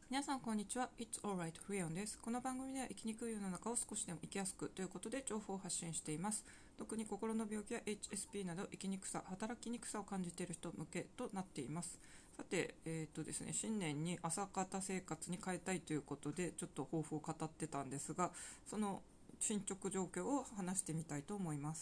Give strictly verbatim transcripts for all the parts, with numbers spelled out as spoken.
皆さんこんにちは。 It's alright フリオンです。この番組では生きにくい世の中を少しでも生きやすくということで情報を発信しています。特に心の病気や エイチエスピー など生きにくさ、働きにくさを感じている人向けとなっています。さて、えーとですね、新年に朝方生活に変えたいということでちょっと抱負を語ってたんですが、その進捗状況を話してみたいと思います。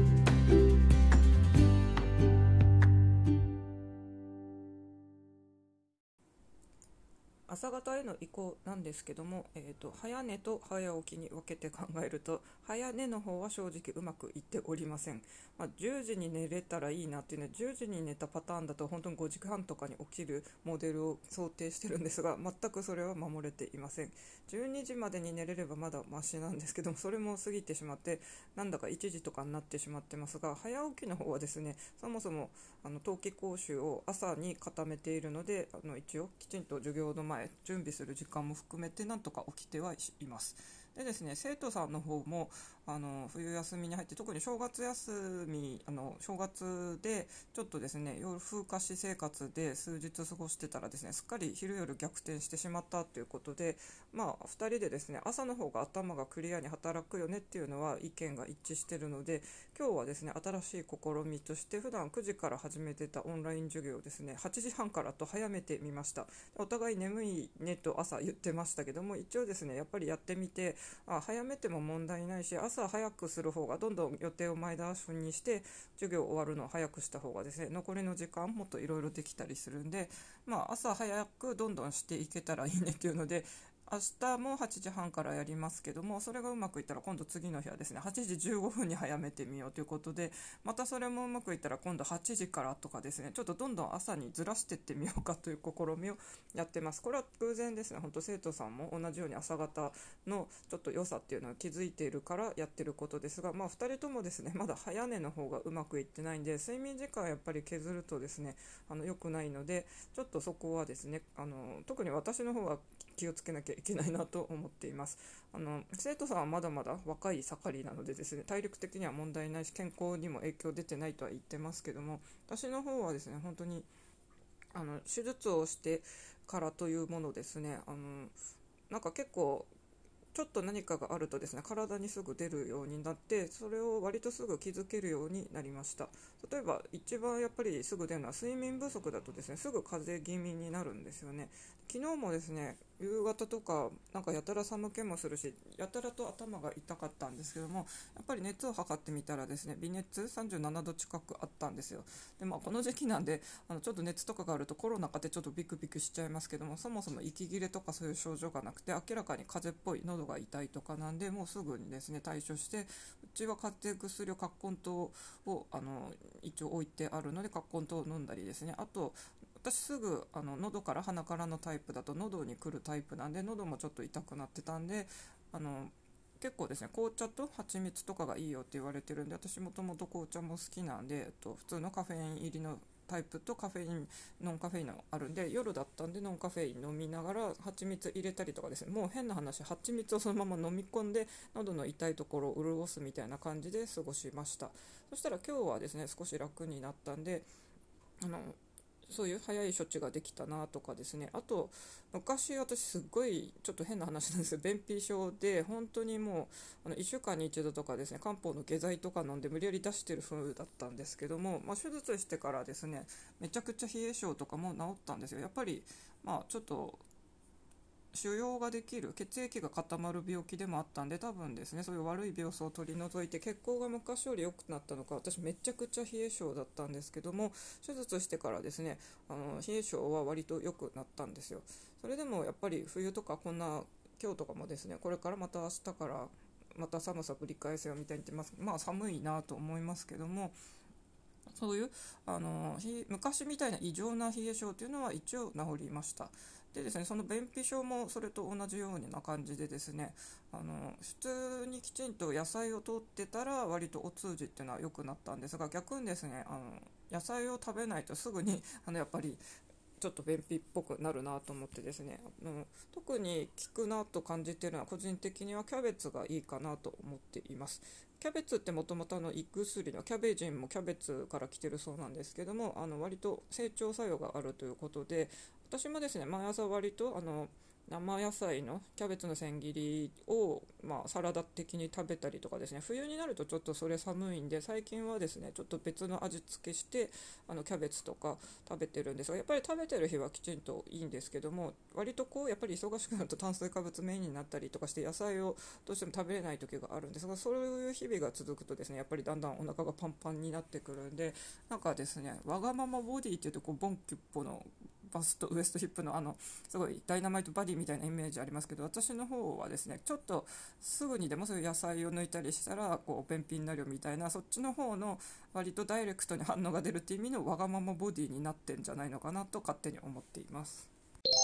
朝方への移行なんですけども、えーと、早寝と早起きに分けて考えると、早寝の方は正直うまくいっておりません。まあ、じゅうじに寝れたらいいなっていうのは、じゅうじに寝たパターンだと本当にごじかんとかに起きるモデルを想定してるんですが、全くそれは守れていません。じゅうにじまでに寝れればまだマシなんですけども、それも過ぎてしまって、なんだかいちじとかになってしまってますが、早起きの方はですね、そもそもあの冬季講習を朝に固めているので、あの一応きちんと授業の前準備する時間も含めてなんとか起きてはいます。でですね、生徒さんの方もあの冬休みに入って、特に正月休み、あの正月でちょっとですね、夜風化し生活で数日過ごしてたらですね、すっかり昼夜逆転してしまったということで、まあふたりでですね、朝の方が頭がクリアに働くよねっていうのは意見が一致しているので、今日はですね、新しい試みとして普段くじから始めてたオンライン授業をですね、はちじはんからと早めてみました。お互い眠いねと朝言ってましたけども、一応ですね、やっぱりやってみて、あ早めても問題ないし、朝早くする方がどんどん予定を前倒しにして授業終わるのを早くした方がですね、残りの時間もっといろいろできたりするんで、まあ朝早くどんどんしていけたらいいねっていうので、明日もはちじはんからやりますけども、それがうまくいったら今度次の日はですね、はちじじゅうごふんに早めてみようということで、またそれもうまくいったら今度はちじからとかですね、ちょっとどんどん朝にずらしていってみようかという試みをやってます。これは偶然ですね、本当生徒さんも同じように朝方のちょっと良さっていうのを気づいているからやってることですが、まあふたりともですね、まだ早寝の方がうまくいってないんで、睡眠時間やっぱり削るとですね、あの良くないので、ちょっとそこはですね、あの特に私の方は気をつけなきゃいけないなと思っています。あの生徒さんはまだまだ若い盛りなのでですね、体力的には問題ないし健康にも影響出てないとは言ってますけども、私の方はですね、本当にあの手術をしてからというものですね、あのなんか結構ちょっと何かがあるとですね、体にすぐ出るようになって、それを割とすぐ気づけるようになりました。例えば一番やっぱりすぐ出るのは睡眠不足だとですね、すぐ風邪気味になるんですよね。昨日もですね、夕方とかなんかやたら寒気もするし、やたらと頭が痛かったんですけども、やっぱり熱を測ってみたらですね、微熱さんじゅうななど近くあったんですよ。で、まあ、この時期なんで、あのちょっと熱とかがあるとコロナかってちょっとビクビクしちゃいますけども、そもそも息切れとかそういう症状がなくて、明らかに風邪っぽい、喉が痛いとかなんで、もうすぐにですね対処して、うちは風邪薬を葛根湯をあの一応置いてあるので、葛根湯を飲んだりですね、あと私すぐあの喉から鼻からのタイプだと喉に来るタイプなんで、喉もちょっと痛くなってたんで、あの結構ですね、紅茶と蜂蜜とかがいいよって言われてるんで、私もともと紅茶も好きなんで、えっと、普通のカフェイン入りのタイプとカフェインノンカフェインのあるんで、夜だったんでノンカフェイン飲みながら蜂蜜入れたりとかですね、もう変な話、蜂蜜をそのまま飲み込んで喉の痛いところを潤すみたいな感じで過ごしました。そしたら今日はですね、少し楽になったんで、あのそういう早い処置ができたなとかですね。あと昔私すっごいちょっと変な話なんですけど、便秘症で本当にもうあのいっしゅうかんに一度とかですね、漢方の下剤とか飲んで無理やり出してる風だったんですけども、まあ、手術してからですね、めちゃくちゃ冷え症とかも治ったんですよ。やっぱりまあちょっと腫瘍ができる、血液が固まる病気でもあったんで、多分ですね、そういう悪い病巣を取り除いて血行が昔より良くなったのか、私めちゃくちゃ冷え性だったんですけども、手術してからですね、あの冷え性は割と良くなったんですよ。それでもやっぱり冬とかこんな今日とかもですね、これからまた明日からまた寒さぶり返せよみたいに言ってます。まあ寒いなと思いますけども、そういうあの昔みたいな異常な冷え性というのは一応治りました。でですね、その便秘症もそれと同じような感じでですね、あの普通にきちんと野菜を摂ってたら割とお通じっていうのは良くなったんですが、逆にですね、あの野菜を食べないとすぐにあのやっぱりちょっと便秘っぽくなるなと思ってですね、あの特に効くなと感じているのは個人的にはキャベツがいいかなと思っています。キャベツってもともと胃薬のキャベジンもキャベツから来てるそうなんですけども、あの割と整腸作用があるということで、 私もですね、毎朝割とあの生野菜のキャベツの千切りを、まあ、サラダ的に食べたりとかですね、冬になるとちょっとそれ寒いんで、最近はですねちょっと別の味付けしてあのキャベツとか食べてるんですが、やっぱり食べてる日はきちんといいんですけども、割とこうやっぱり忙しくなると炭水化物メインになったりとかして野菜をどうしても食べれない時があるんですが、そういう日々が続くとですね、やっぱりだんだんお腹がパンパンになってくるんで、なんかですね、わがままボディっていうとこうボンキュッポのバストウエストヒップのあのすごいダイナマイトバディみたいなイメージありますけど、私の方はですねちょっとすぐにでもそういう野菜を抜いたりしたらこう便秘になるみたいな、そっちの方の割とダイレクトに反応が出るっていう意味のわがままボディになってんじゃないのかなと勝手に思っています。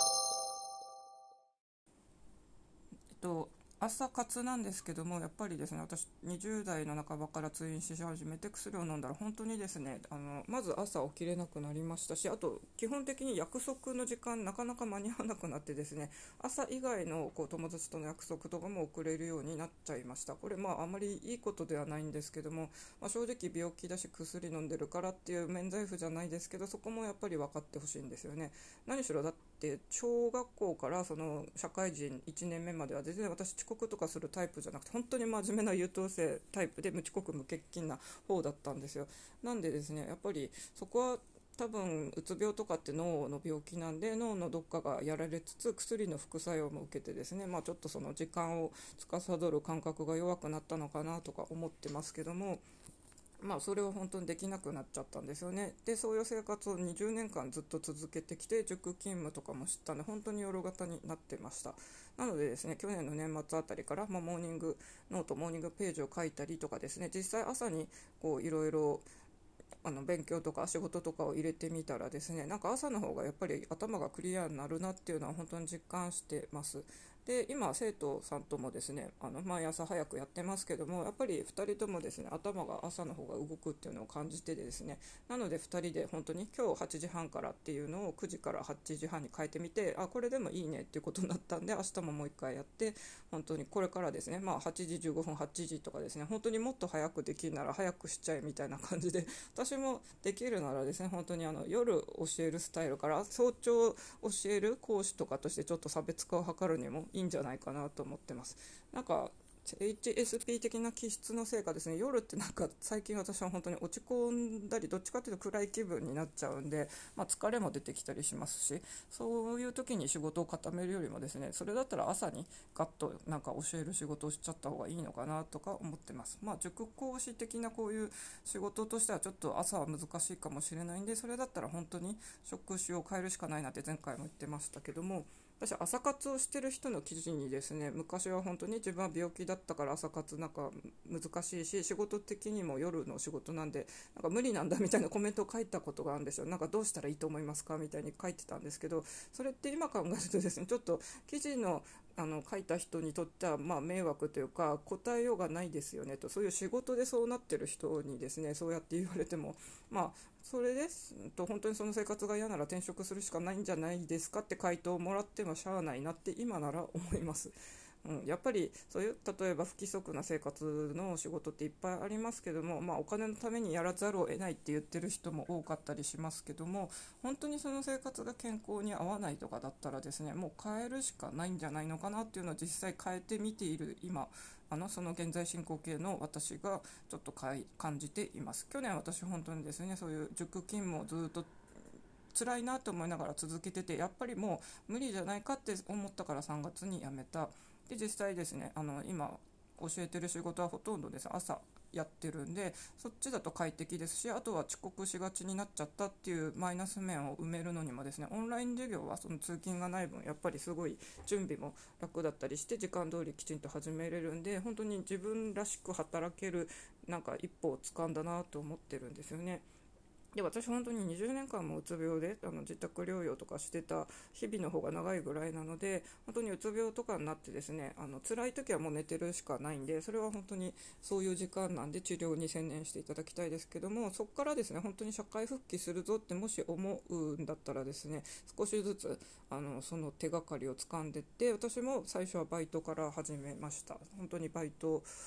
えっと朝活なんですけども、やっぱりですね、私にじゅう代の半ばから通院し始めて薬を飲んだら本当にですね、あのまず朝起きれなくなりましたし、あと基本的に約束の時間なかなか間に合わなくなってですね、朝以外のこう友達との約束とかも遅れるようになっちゃいました。これまああまりいいことではないんですけども、まあ、正直病気だし薬飲んでるからっていう免罪符じゃないですけど、そこもやっぱり分かってほしいんですよね。何しろだって小学校からその社会人いちねんめまでは全然私遅刻とかするタイプじゃなくて、本当に真面目な優等生タイプで無遅刻無欠勤な方だったんですよ。なんでですね、やっぱりそこは多分うつ病とかって脳の病気なんで、脳のどっかがやられつつ薬の副作用も受けてですね、まあ、ちょっとその時間を司る感覚が弱くなったのかなとか思ってますけども、まあそれは本当にできなくなっちゃったんですよね。でそういう生活をにじゅうねんかんずっと続けてきて、塾勤務とかも知ったんで本当に夜型になってました。なのでですね、去年の年末あたりから、まあ、モーニングノートモーニングページを書いたりとかですね、実際朝にこういろいろあの勉強とか仕事とかを入れてみたらですね、なんか朝の方がやっぱり頭がクリアになるなっていうのは本当に実感してます。で今生徒さんともですね、あの毎朝早くやってますけども、やっぱりふたりともですね頭が朝の方が動くっていうのを感じてですね、なのでふたりで本当に今日はちじはんからっていうのをくじからはちじはんに変えてみて、あこれでもいいねっていうことになったんで、明日ももう一回やって、本当にこれからですね、まあはちじじゅうごふんはちじとかですね、本当にもっと早くできるなら早くしちゃえみたいな感じで、私もできるならですね、本当にあの夜教えるスタイルから早朝教える講師とかとしてちょっと差別化を図るにもいいんじゃないかなと思ってます。なんか エイチエスピー 的な気質のせいかですね、夜ってなんか最近私は本当に落ち込んだり、どっちかというと暗い気分になっちゃうんで、まあ、疲れも出てきたりしますし、そういう時に仕事を固めるよりもですね、それだったら朝にガッとなんか教える仕事をしちゃった方がいいのかなとか思ってます。まあ塾講師的なこういう仕事としてはちょっと朝は難しいかもしれないんで、それだったら本当に職種を変えるしかないなって前回も言ってましたけども、私朝活をしてる人の記事にですね、昔は本当に自分は病気だったから朝活なんか難しいし、仕事的にも夜の仕事なんでなんか無理なんだみたいなコメントを書いたことがあるんですよ。なんかどうしたらいいと思いますかみたいに書いてたんですけど、それって今考えるとですね、ちょっと記事のあの書いた人にとってはまあ迷惑というか答えようがないですよねと、そういう仕事でそうなってる人にですねそうやって言われても、まあそれですと本当にその生活が嫌なら転職するしかないんじゃないですかって回答をもらってもしゃあないなって今なら思います。うん、やっぱりそういう例えば不規則な生活の仕事っていっぱいありますけども、まあ、お金のためにやらざるを得ないって言ってる人も多かったりしますけども、本当にその生活が健康に合わないとかだったらですね、もう変えるしかないんじゃないのかなっていうのを実際変えてみている今、あのその現在進行形の私がちょっと感じています。去年私本当にですね、そういう塾勤務をずっと辛いなと思いながら続けてて、やっぱりもう無理じゃないかって思ったからさんがつに辞めた。で実際ですね、あの今教えてる仕事はほとんどです朝やってるんで、そっちだと快適ですし、あとは遅刻しがちになっちゃったっていうマイナス面を埋めるのにもですね、オンライン授業はその通勤がない分やっぱりすごい準備も楽だったりして時間通りきちんと始めれるんで、本当に自分らしく働けるなんか一歩を掴んだなと思ってるんですよね。で私本当ににじゅうねんかんもうつ病であの自宅療養とかしてた日々の方が長いぐらいなので、本当にうつ病とかになってですね、あの辛い時はもう寝てるしかないんで、それは本当にそういう時間なんで治療に専念していただきたいですけども、そこからですね本当に社会復帰するぞってもし思うんだったらですね、少しずつあのその手がかりを掴んでって、私も最初はバイトから始めました。本当にバイト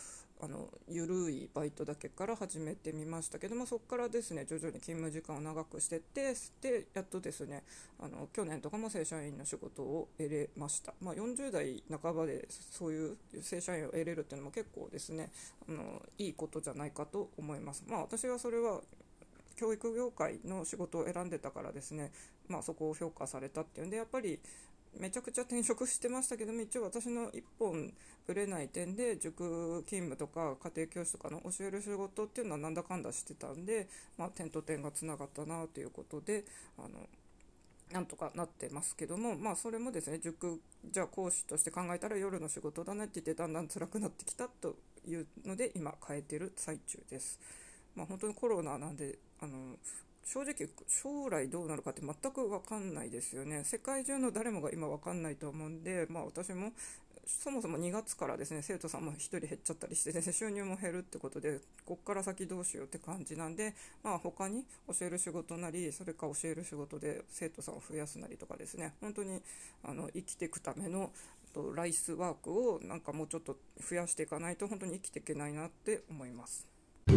あのゆるいバイトだけから始めてみましたけども、そこからですね徐々に勤務時間を長くしてって、でやっとですねあの去年とかも正社員の仕事を得れました。まあ、よんじゅう代半ばでそういう正社員を得れるっていうのも結構ですねあのいいことじゃないかと思います。まあ、私はそれは教育業界の仕事を選んでたからですね、まあ、そこを評価されたっていうんで、やっぱりめちゃくちゃ転職してましたけども、一応私の一本ぶれない点で塾勤務とか家庭教師とかの教える仕事っていうのはなんだかんだしてたんで、まあ、点と点がつながったなということで、あのなんとかなってますけども、まあ、それもですね塾じゃあ講師として考えたら夜の仕事だねって言って、だんだん辛くなってきたというので今変えてる最中です。まあ、本当にコロナなんで、あの正直将来どうなるかって全く分かんないですよね。世界中の誰もが今分かんないと思うんで、まあ、私もそもそもにがつからですね生徒さんもひとり減っちゃったりしてですね、収入も減るってことで、こっから先どうしようって感じなんで、まあ、他に教える仕事なり、それか教える仕事で生徒さんを増やすなりとかですね、本当にあの生きていくためのとライスワークをなんかもうちょっと増やしていかないと本当に生きていけないなって思います。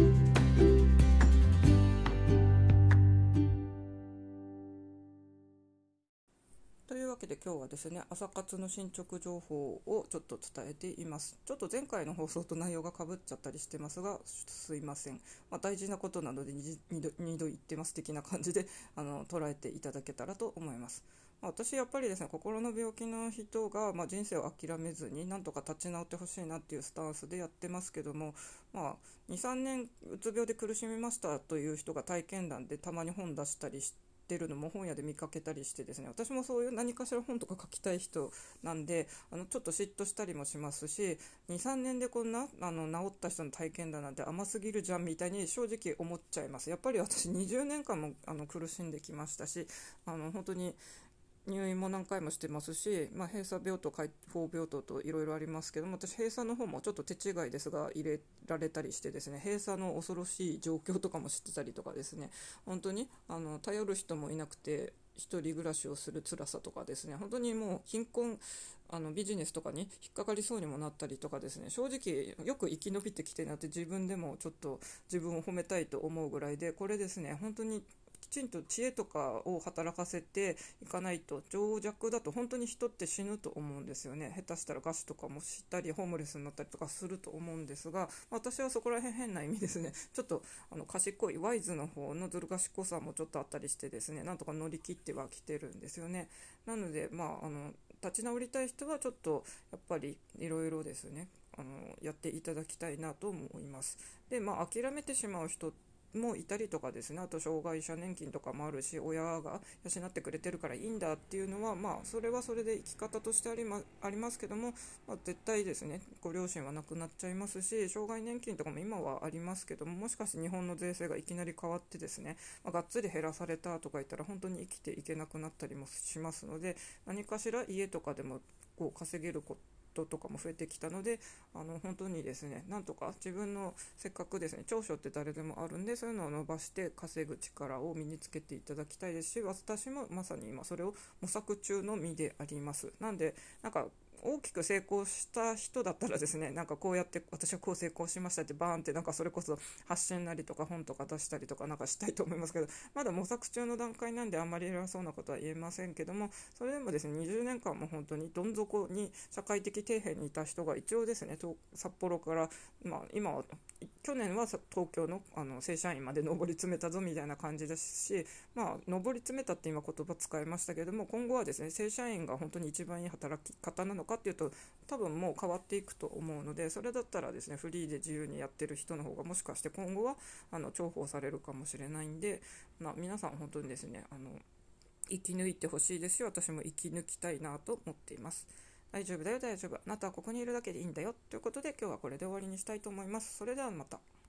というわけで今日はですね朝活の進捗情報をちょっと伝えています。ちょっと前回の放送と内容がかぶっちゃったりしてますがすいません。まあ、大事なことなのでにどにど言ってます的な感じであの捉えていただけたらと思います。まあ、私やっぱりですね心の病気の人が、まあ、人生を諦めずになんとか立ち直ってほしいなっていうスタンスでやってますけども、まあ、にさんねんうつ病で苦しみましたという人が体験談でたまに本出したりしててるのも本屋で見かけたりしてですね、私もそういう何かしら本とか書きたい人なんで、あのちょっと嫉妬したりもしますし、にさんねんでこんなあの治った人の体験談なんて甘すぎるじゃんみたいに正直思っちゃいます。やっぱり私にじゅうねんかんもあの苦しんできましたし、あの本当に入院も何回もしてますし、まあ、閉鎖病棟開放病棟といろいろありますけども、私閉鎖の方もちょっと手違いですが入れられたりしてですね、閉鎖の恐ろしい状況とかも知ってたりとかですね、本当にあの頼る人もいなくて一人暮らしをする辛さとかですね、本当にもう貧困あのビジネスとかに引っかかりそうにもなったりとかですね、正直よく生き延びてきてなって自分でもちょっと自分を褒めたいと思うぐらいで、これですね本当にきちんと知恵とかを働かせていかないと、情弱だと本当に人って死ぬと思うんですよね。下手したら餓死とかもしたりホームレスになったりとかすると思うんですが、私はそこら辺変な意味ですねちょっとあの賢いワイズの方のずる賢さもちょっとあったりしてですね、なんとか乗り切ってはきてるんですよね。なのでまああの立ち直りたい人はちょっとやっぱりいろいろですねあのやっていただきたいなと思います。でまあ諦めてしまう人もいたりとかですね、あと障害者年金とかもあるし、親が養ってくれてるからいいんだっていうのは、まあそれはそれで生き方としてありま、ありますけども、まあ、絶対ですねご両親は亡くなっちゃいますし、障害年金とかも今はありますけども、もしかして日本の税制がいきなり変わってですね、まあ、がっつり減らされたとか言ったら本当に生きていけなくなったりもしますので、何かしら家とかでもこう稼げることとかも増えてきたので、あの本当にですねなんとか自分のせっかくですね長所って誰でもあるんで、そういうのを伸ばして稼ぐ力を身につけていただきたいですし、私もまさに今それを模索中の身であります。なんでなんか大きく成功した人だったらですね、なんかこうやって私はこう成功しましたってバーンってなんかそれこそ発信なりとか本とか出したりとかなんかしたいと思いますけど、まだ模索中の段階なんであんまり偉そうなことは言えませんけども、それでもですねにじゅうねんかんも本当にどん底に社会的底辺にいた人が一応ですね札幌から、まあ、今は去年は東京 の, あの正社員まで上り詰めたぞみたいな感じですし、まあ、上り詰めたって今言葉使いましたけども、今後はですね正社員が本当に一番いい働き方なのかっていうと多分もう変わっていくと思うので、それだったらですねフリーで自由にやってる人の方がもしかして今後はあの重宝されるかもしれないんで、まあ、皆さん本当にですねあの生き抜いてほしいですし、私も生き抜きたいなと思っています。大丈夫だよ大丈夫、あなたはここにいるだけでいいんだよということで、今日はこれで終わりにしたいと思います。それではまた。